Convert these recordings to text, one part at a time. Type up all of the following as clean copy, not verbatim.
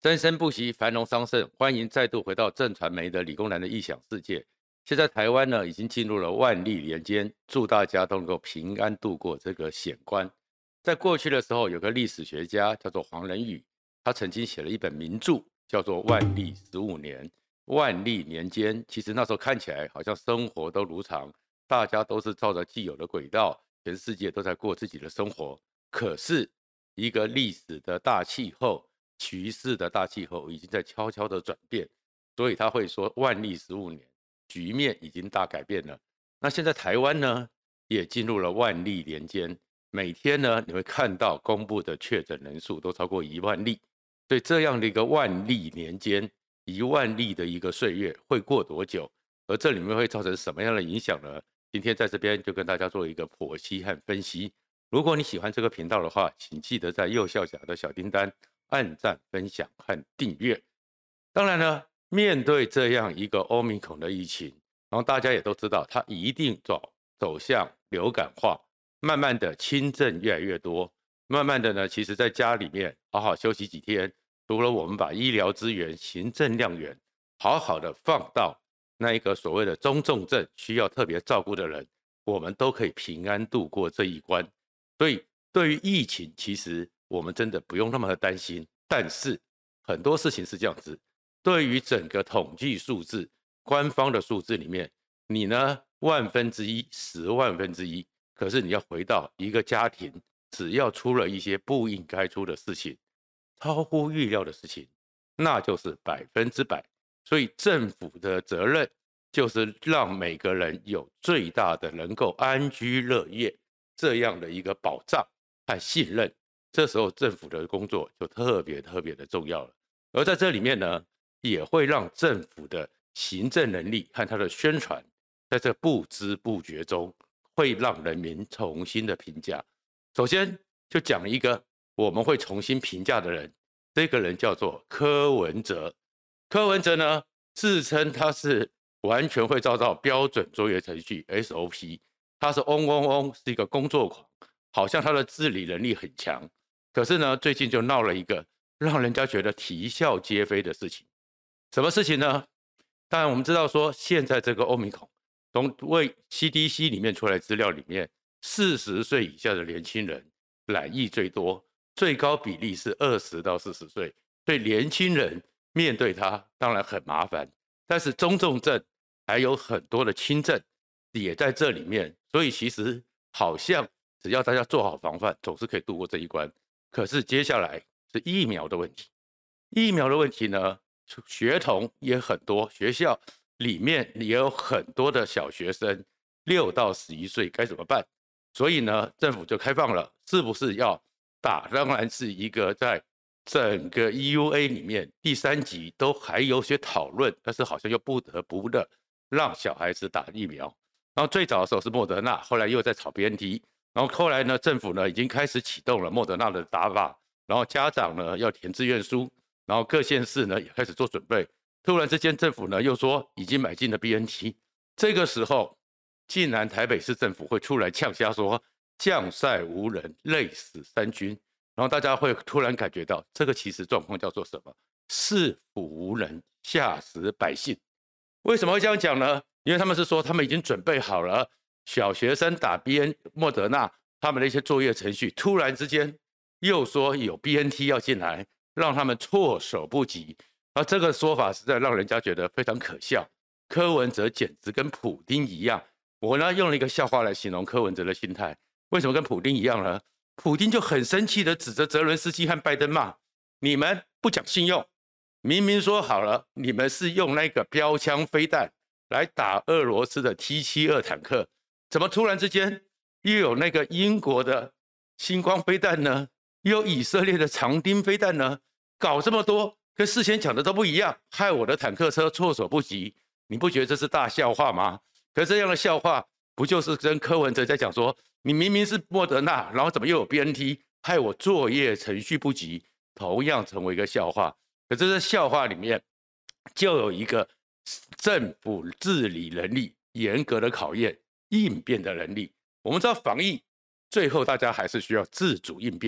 生生不息，繁荣昌盛。欢迎再度回到正传媒的理工男的异想世界。现在台湾呢，已经进入了万历年间，祝大家都能够平安度过这个险关。在过去的时候，有个历史学家叫做黄仁宇，他曾经写了一本名著，叫做《万历15年》。万历年间，其实那时候看起来好像生活都如常，大家都是照着既有的轨道，全世界都在过自己的生活。可是，一个历史的大气候。局势的大气候已经在悄悄的转变，所以他会说万历15年，局面已经大改变了。那现在台湾呢，也进入了万历年间，每天呢你会看到公布的确诊人数都超过1万例，所以这样的一个万历年间，1万例的一个岁月会过多久？而这里面会造成什么样的影响呢？今天在这边就跟大家做一个剖析和分析。如果你喜欢这个频道的话，请记得在右下角的小叮当按赞、分享和订阅。当然呢，面对这样一个欧米孔的疫情，然后大家也都知道，它一定走向流感化，慢慢的轻症越来越多，慢慢的呢，其实在家里面好好休息几天，除了我们把医疗资源、行政量源好好的放到那一个所谓的中重症需要特别照顾的人，我们都可以平安度过这一关。所以对于疫情，其实我们真的不用那么的担心。但是很多事情是这样子，对于整个统计数字、官方的数字里面，你呢1/1000、10万分之一，可是你要回到一个家庭，只要出了一些不应该出的事情，超乎预料的事情，那就是100%。所以政府的责任就是让每个人有最大的能够安居乐业这样的一个保障和信任。这时候政府的工作就特别的重要了。而在这里面呢，也会让政府的行政能力和它的宣传，在这不知不觉中，会让人民重新的评价。首先就讲一个我们会重新评价的人，这个人叫做柯文哲。柯文哲呢，自称他是完全会照标准作业程序 SOP，他是嗡嗡嗡，是一个工作狂，好像他的治理能力很强。可是呢，最近就闹了一个让人家觉得啼笑皆非的事情。什么事情呢？当然我们知道说，现在这个欧米孔从为 CDC 里面出来资料里面，40岁以下的年轻人染疫最多，最高比例是20到40岁，所以年轻人面对它当然很麻烦。但是中重症还有很多的轻症也在这里面，所以其实好像只要大家做好防范，总是可以度过这一关。可是接下来是疫苗的问题，疫苗的问题呢，学童也很多，学校里面也有很多的小学生6到11岁该怎么办？所以呢，政府就开放了，是不是要打？当然是一个在整个 EUA 里面第3级都还有些讨论，但是好像又不得不的让小孩子打疫苗。然后最早的时候是莫德纳，后来又在炒 BNT，然后后来呢，政府呢已经开始启动了莫德纳的打法，然后家长呢要填志愿书，然后各县市呢也开始做准备。突然之间，政府呢又说已经买进了 BNT，这个时候竟然台北市政府会出来呛瞎说将赛无人，累死三军，然后大家会突然感觉到这个其实状况叫做什么？市府无人，吓死百姓。为什么会这样讲呢？因为他们是说他们已经准备好了小学生打 莫德纳他们的一些作业程序，突然之间又说有 BNT 要进来，让他们措手不及。而这个说法实在让人家觉得非常可笑。柯文哲简直跟普丁一样。我呢用了一个笑话来形容柯文哲的心态。为什么跟普丁一样呢？普丁就很生气的指着泽伦斯基和拜登骂：你们不讲信用，明明说好了，你们是用那个标枪飞弹来打俄罗斯的 T72坦克，怎么突然之间又有那个英国的星光飞弹呢？又有以色列的长钉飞弹呢？搞这么多，跟事先讲的都不一样，害我的坦克车措手不及。你不觉得这是大笑话吗？可这样的笑话，不就是跟柯文哲在讲说，你明明是莫德纳，然后怎么又有 BNT， 害我作业程序不及，同样成为一个笑话。可是这笑话里面就有一个政府治理能力严格的考验，应变的能力。我们知道防疫最后大家还是需要自主应变，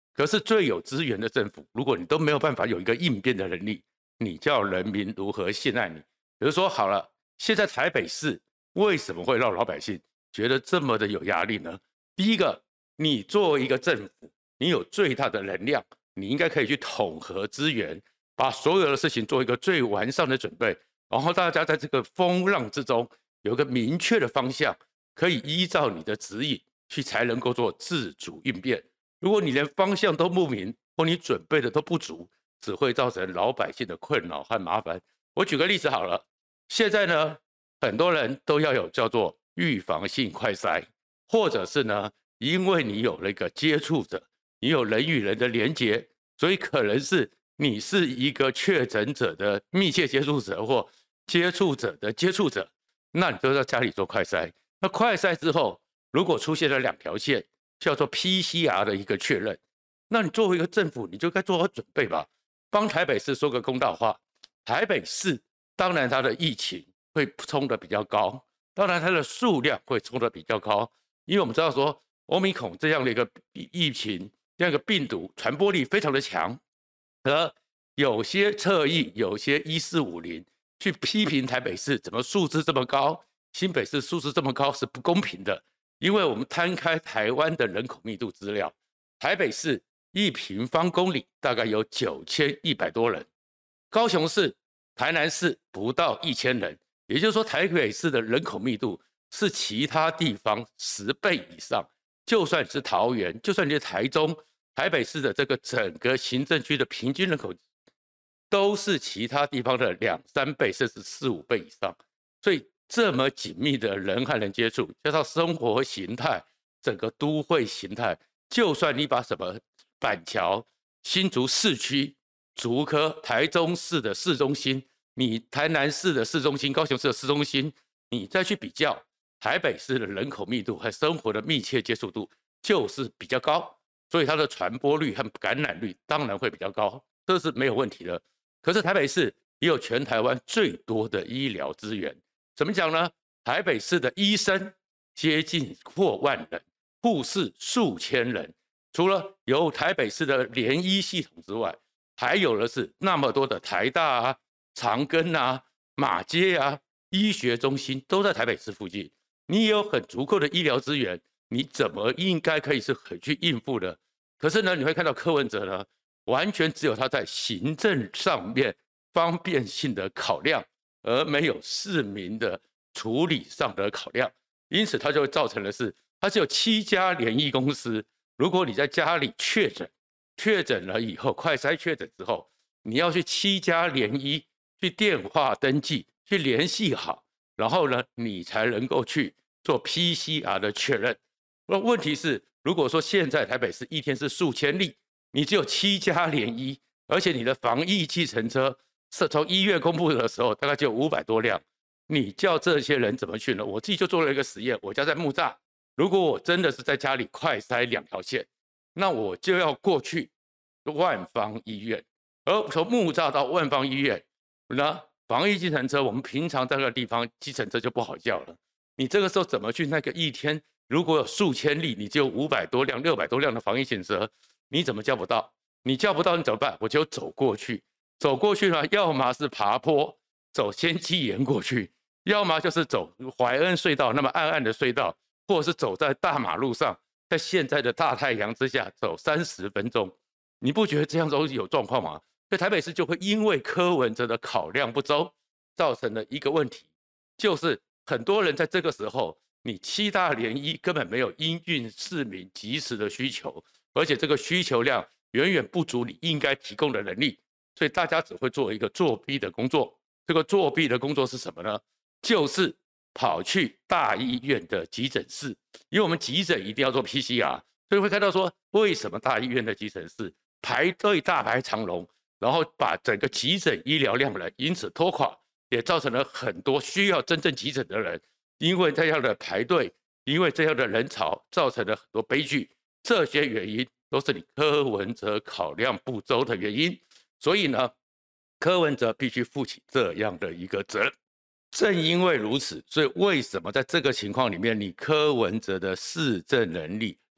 可是最有资源的政府，如果你都没有办法有一个应变的能力，你叫人民如何信赖你？比如说好了，现在台北市为什么会让老百姓觉得这么的有压力呢？第一个，你作为一个政府，你有最大的能量，你应该可以去统合资源，把所有的事情做一个最完善的准备，然后大家在这个风浪之中有一个明确的方向，可以依照你的指引去才能够做自主应变。如果你连方向都不明，或你准备的都不足，只会造成老百姓的困扰和麻烦。我举个例子好了，现在呢，很多人都要有叫做预防性快筛，或者是呢，因为你有那个接触者，你有人与人的连结，所以可能是你是一个确诊者的密切接触者或接触者的接触者，那你就在家里做快筛。那快筛之后，如果出现了2条线，叫做 PCR 的一个确认，那你作为一个政府，你就该做好准备吧。帮台北市说个公道话，台北市当然它的疫情会冲得比较高，当然它的数量会冲得比较高，因为我们知道说欧米孔这样的一个疫情，这样一个病毒传播力非常的强，而有些侧翼，有些1450去批评台北市怎么数字这么高，新北市数字这么高是不公平的。因为我们摊开台湾的人口密度资料，台北市1平方公里大概有9100多人，高雄市、台南市不到1000人，也就是说台北市的人口密度是其他地方10倍以上。就算是桃园，就算你是台中，台北市的这个整个行政区的平均人口都是其他地方的2、3倍，甚至4、5倍以上。所以这么紧密的人和人接触，加上生活形态，整个都会形态，就算你把什么板桥、新竹市区、竹科、台中市的市中心，你台南市的市中心、高雄市的市中心，你再去比较台北市的人口密度和生活的密切接触度，就是比较高，所以它的传播率和感染率当然会比较高，这是没有问题的。可是台北市也有全台湾最多的医疗资源。怎么讲呢？台北市的医生接近过万人，护士数千人。除了有台北市的联医系统之外，还有的是那么多的台大啊、长庚啊、马街啊，医学中心都在台北市附近。你也有很足够的医疗资源，你怎么应该可以是很去应付的？可是呢，你会看到柯文哲呢，完全只有他在行政上面方便性的考量，而没有市民的处理上的考量，因此它就会造成的是，它只有7家联谊公司。如果你在家里确诊了以后，快筛确诊之后，你要去7家联谊去电话登记，去联系好，然后呢，你才能够去做 PCR 的确认。那问题是，如果说现在台北市一天是数千例，你只有7家联谊，而且你的防疫计程车是从1月公布的时候，大概就有500多辆，你叫这些人怎么去呢？我自己就做了一个实验，我家在木栅，如果我真的是在家里快筛2条线，那我就要过去万芳医院，而从木栅到万芳医院，那防疫计程车，我们平常在那个地方，计程车就不好叫了。你这个时候怎么去那个一天？如果有数千例，你只有500多辆、600多辆的防疫计程车，你怎么叫不到？你叫不到，你怎么办？我就走过去。走过去呢，要么是爬坡，走仙迹岩过去，要么就是走怀恩隧道那么暗暗的隧道，或者是走在大马路上，在现在的大太阳之下走30分钟。你不觉得这样都有状况吗？所以台北市就会因为柯文哲的考量不周，造成了一个问题，就是很多人在这个时候，你7大联谊根本没有因应市民及时的需求，而且这个需求量远远不足你应该提供的能力，所以大家只会做一个作弊的工作。这个作弊的工作是什么呢？就是跑去大医院的急诊室，因为我们急诊一定要做 PCR， 所以会看到说，为什么大医院的急诊室排队大排长龙，然后把整个急诊医疗量呢因此拖垮，也造成了很多需要真正急诊的人，因为这样的排队，因为这样的人潮，造成了很多悲剧。这些原因都是你柯文哲考量不周的原因，所以呢，柯文哲必须负起这样的一个责任。正因为如此，所以为什么在这个情况里面，你柯文哲的市政能力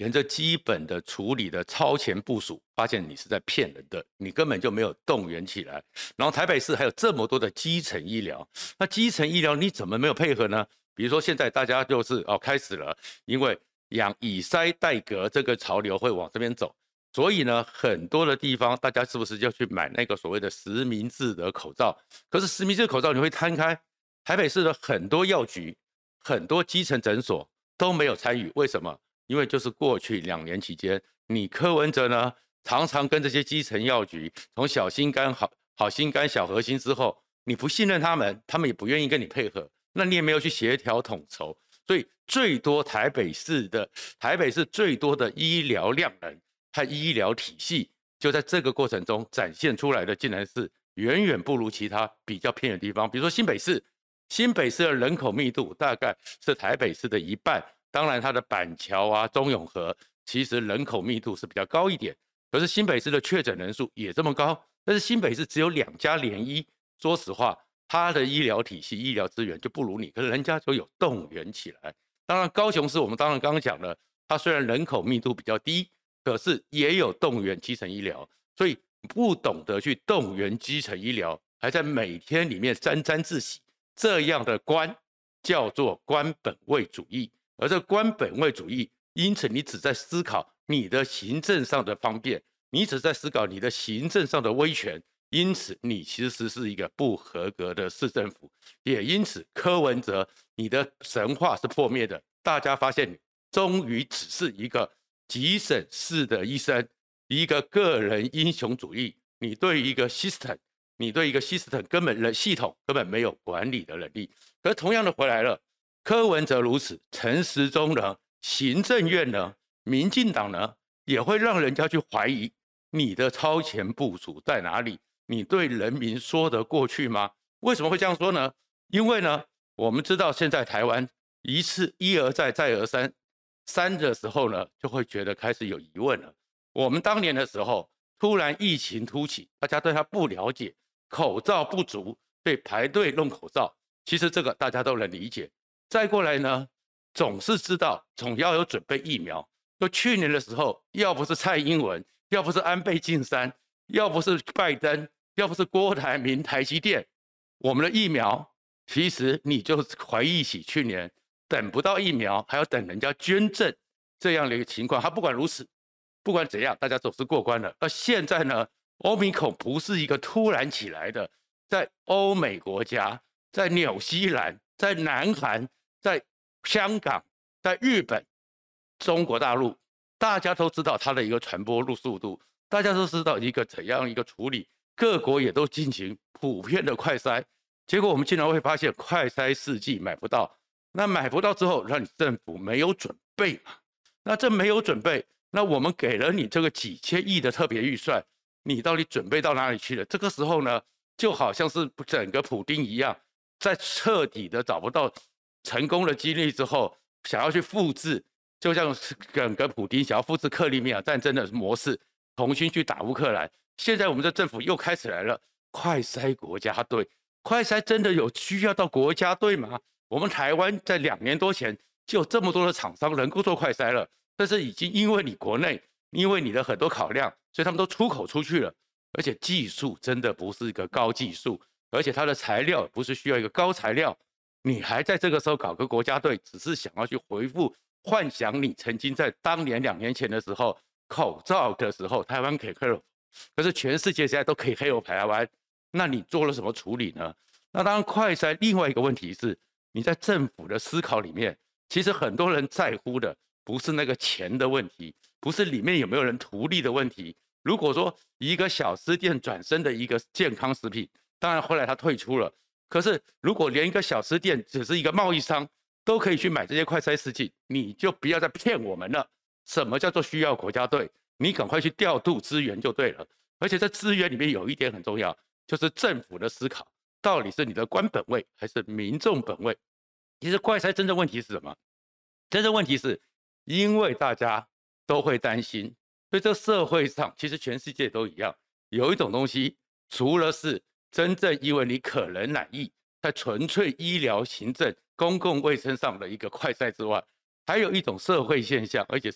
连这基本的处理的超前部署，发现你是在骗人的，你根本就没有动员起来。然后台北市还有这么多的基层医疗，那基层医疗你怎么没有配合呢？比如说现在大家就是开始了，因为以筛代隔这个潮流会往这边走，所以呢很多的地方大家是不是就去买那个所谓的实名制的口罩？可是实名制口罩你会摊开，台北市的很多药局、很多基层诊所都没有参与，为什么？因为就是过去2年期间，你柯文哲呢常常跟这些基层药局，从小心肝、好心肝、小核心之后，你不信任他们，他们也不愿意跟你配合，那你也没有去协调统筹，所以最多台北市最多的医疗量能和医疗体系，就在这个过程中展现出来的，竟然是远远不如其他比较偏远的地方，比如说新北市。新北市的人口密度大概是台北市的1半，当然它的板桥啊、中永和其实人口密度是比较高一点，可是新北市的确诊人数也这么高，但是新北市只有2家联医，说实话，它的医疗体系、医疗资源就不如你，可是人家就有动员起来。当然，高雄市我们当然刚刚讲了，它虽然人口密度比较低，可是也有动员基层医疗，所以不懂得去动员基层医疗，还在每天里面沾沾自喜。这样的官叫做官本位主义，而这官本位主义，因此你只在思考你的行政上的方便，你只在思考你的行政上的威权，因此你其实是一个不合格的市政府，也因此柯文哲你的神话是破灭的，大家发现你终于只是一个急诊室的医生，一个个人英雄主义，你对一个 system。你对一个 system 系统根本没有管理的能力，可同样的回来了，柯文哲如此，陈时中呢，行政院呢，民进党呢，也会让人家去怀疑你的超前部署在哪里？你对人民说得过去吗？为什么会这样说呢？因为呢，我们知道现在台湾一而再再而三的时候呢，就会觉得开始有疑问了。我们当年的时候，突然疫情突起，大家对它不了解。口罩不足，对排队弄口罩，其实这个大家都能理解。再过来呢，总是知道总要有准备疫苗。就去年的时候，要不是蔡英文，要不是安倍晋三，要不是拜登，要不是郭台铭、台积电，我们的疫苗，其实你就回忆起去年等不到疫苗，还要等人家捐赠这样的一个情况。他不管如此，不管怎样，大家总是过关了。而现在呢？欧米孔不是一个突然起来的，在欧美国家，在纽西兰，在南韩，在香港，在日本，中国大陆，大家都知道它的一个传播速度，大家都知道一个怎样一个处理，各国也都进行普遍的快筛，结果我们竟然会发现快筛试剂买不到，那买不到之后，让你政府没有准备嘛？那这没有准备，那我们给了你这个几千亿的特别预算。你到底准备到哪里去了？这个时候呢，就好像是整个普丁一样，在彻底的找不到成功的几率之后，想要去复制，就像整个普丁想要复制克里米亚战争的模式，重新去打乌克兰。现在我们的政府又开始来了，快筛国家队，快筛真的有需要到国家队吗？我们台湾在2年多前就有这么多的厂商能够做快筛了，但是已经因为你国内，因为你的很多考量。所以他们都出口出去了，而且技术真的不是一个高技术，而且它的材料不是需要一个高材料，你还在这个时候搞个国家队，只是想要去回复幻想你曾经在当年2年前的时候口罩的时候，台湾可以黑了，可是全世界现在都可以黑我台湾，那你做了什么处理呢？那当然快筛另外一个问题是，你在政府的思考里面，其实很多人在乎的不是那个钱的问题。不是里面有没有人图利的问题。如果说一个小吃店转身的一个健康食品，当然后来他退出了。可是如果连一个小吃店只是一个贸易商都可以去买这些快筛试剂，你就不要再骗我们了。什么叫做需要国家队？你赶快去调度资源就对了。而且在资源里面有一点很重要，就是政府的思考，到底是你的官本位还是民众本位？其实快筛真正问题是什么？真正问题是因为大家都会担心，所以这社会上其实全世界都一样，有一种东西，除了是真正因为你可能染疫，在纯粹医疗行政、公共卫生上的一个快筛之外，还有一种社会现象，而且是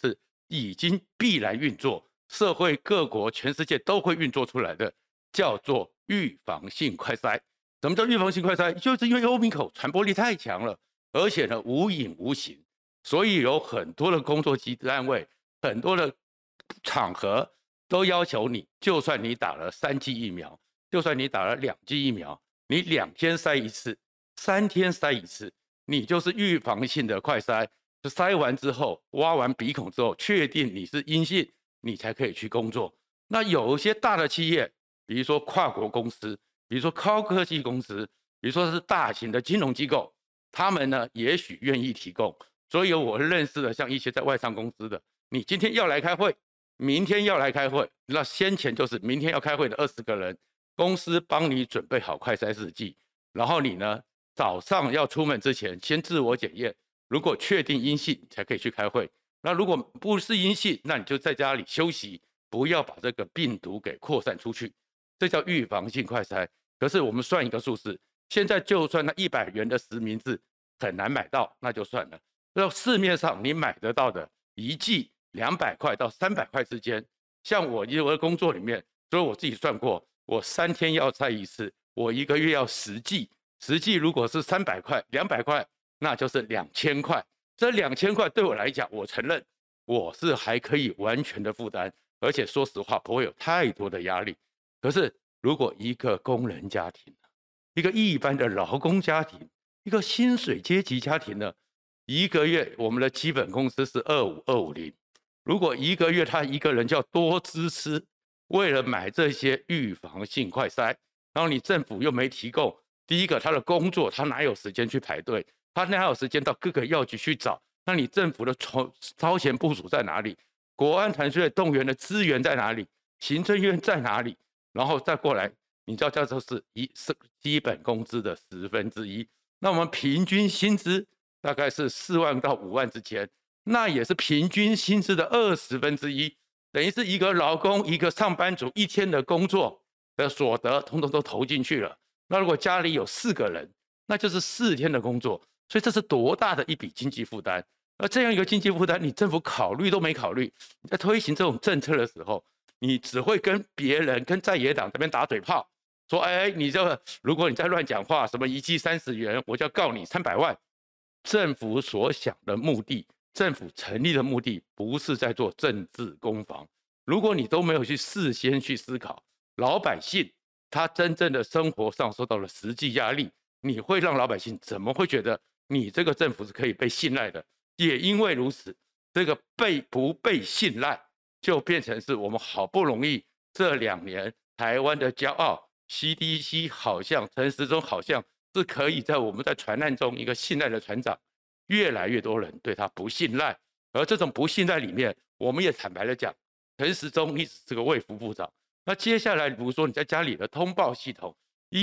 已经必然运作，社会各国全世界都会运作出来的，叫做预防性快筛。什么叫预防性快筛？就是因为欧米口传播力太强了，而且呢无影无形，所以有很多的工作机单位、很多的场合都要求你，就算你打了3剂疫苗，就算你打了2剂疫苗，你2天筛一次，3天筛一次，你就是预防性的快筛。筛完之后，挖完鼻孔之后，确定你是阴性，你才可以去工作。那有一些大的企业，比如说跨国公司，比如说高科技公司，比如说是大型的金融机构，他们呢也许愿意提供。所以我认识的像一些在外商公司的，你今天要来开会，明天要来开会，那先前就是明天要开会的20个人，公司帮你准备好快筛试剂，然后你呢早上要出门之前先自我检验。如果确定阴性才可以去开会，那如果不是阴性，那你就在家里休息，不要把这个病毒给扩散出去，这叫预防性快筛。可是我们算一个数字，现在就算那100元的实名制很难买到，那就算了。那市面上你买得到的1剂200块到300块之间，像我的工作里面，所以我自己算过，我3天要筛一次，我1个月要10剂，10剂如果是300块、200块。那就是2000块，这2000块对我来讲，我承认我是还可以完全的负担，而且说实话不会有太多的压力。可是如果一个工人家庭，一个一般的劳工家庭，一个薪水阶级家庭呢，一个月我们的基本工资是25250，如果一个月他一个人就要多支出，为了买这些预防性快筛，然后你政府又没提供，第一个他的工作他哪有时间去排队？他哪有时间到各个药局去找？那你政府的超前部署在哪里？国安团队动员的资源在哪里？行政院在哪里？然后再过来，你知道这就是基本工资的1/10。那我们平均薪资大概是4万到5万之间，那也是平均薪资的1/20，等于是一个劳工、一个上班族1天的工作的所得，通通都投进去了。那如果家里有4个人，那就是4天的工作。所以这是多大的一笔经济负担？而这样一个经济负担，你政府考虑都没考虑。你在推行这种政策的时候，你只会跟别人、跟在野党这边打嘴炮，说：“哎，你这个如果你再乱讲话，什么1剂30元，我就要告你300万。”政府所想的目的，政府成立的目的，不是在做政治攻防。如果你都没有去事先去思考，老百姓他真正的生活上受到了实际压力，你会让老百姓怎么会觉得？你这个政府是可以被信赖的，也因为如此，这个不被信赖，就变成是我们好不容易这2年台湾的骄傲。CDC 好像陈时中好像是可以在我们在船难中一个信赖的船长，越来越多人对他不信赖，而这种不信赖里面，我们也坦白的讲，陈时中你只是个卫福部长，那接下来比如说你在家里的通报系统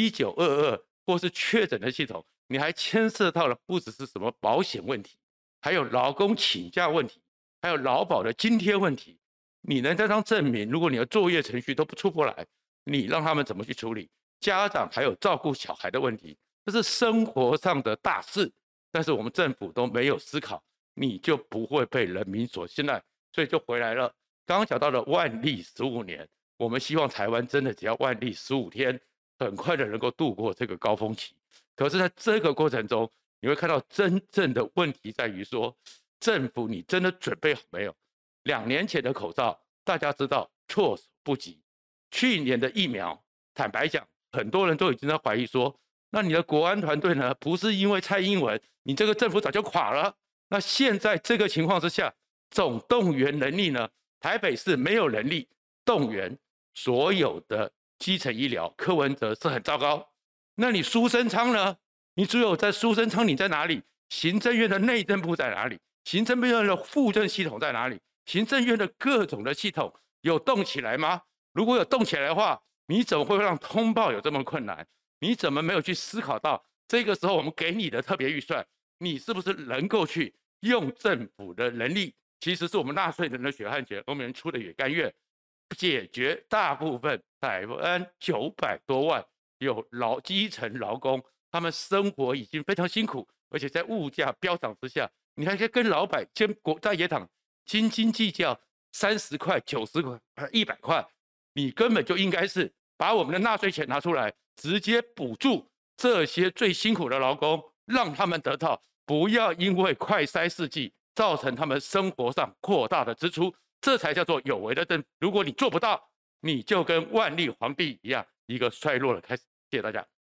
1922或是确诊的系统。你还牵涉到了不只是什么保险问题，还有劳工请假问题，还有劳保的津贴问题。你能这张证明，如果你的作业程序都不出不来，你让他们怎么去处理？家长还有照顾小孩的问题，这是生活上的大事，但是我们政府都没有思考，你就不会被人民所信赖，所以就回来了。刚刚讲到了万历15年，我们希望台湾真的只要万历15天，很快的能够度过这个高峰期。可是，在这个过程中，你会看到真正的问题在于说，政府你真的准备好没有？2年前的口罩，大家知道措手不及。去年的疫苗，坦白讲，很多人都已经在怀疑说，那你的国安团队呢？不是因为蔡英文，你这个政府早就垮了。那现在这个情况之下，总动员能力呢？台北市没有能力动员所有的基层医疗，柯文哲是很糟糕。那你苏贞昌呢？你只有在苏贞昌，你在哪里？行政院的内政部在哪里？行政院的副政系统在哪里？行政院的各种的系统有动起来吗？如果有动起来的话，你怎么会让通报有这么困难？你怎么没有去思考到这个时候我们给你的特别预算，你是不是能够去用政府的能力？其实是我们纳税人的血汗钱，我们出的也甘愿解决大部分台湾900多万。有基层劳工，他们生活已经非常辛苦，而且在物价飙涨之下，你还可以跟老板、跟在野党斤斤计较30块、90块、100块，你根本就应该是把我们的纳税钱拿出来，直接补助这些最辛苦的劳工，让他们得到，不要因为快筛试剂造成他们生活上扩大的支出，这才叫做有为的政府。如果你做不到，你就跟万历皇帝一样，一个衰落的开始。谢谢大家。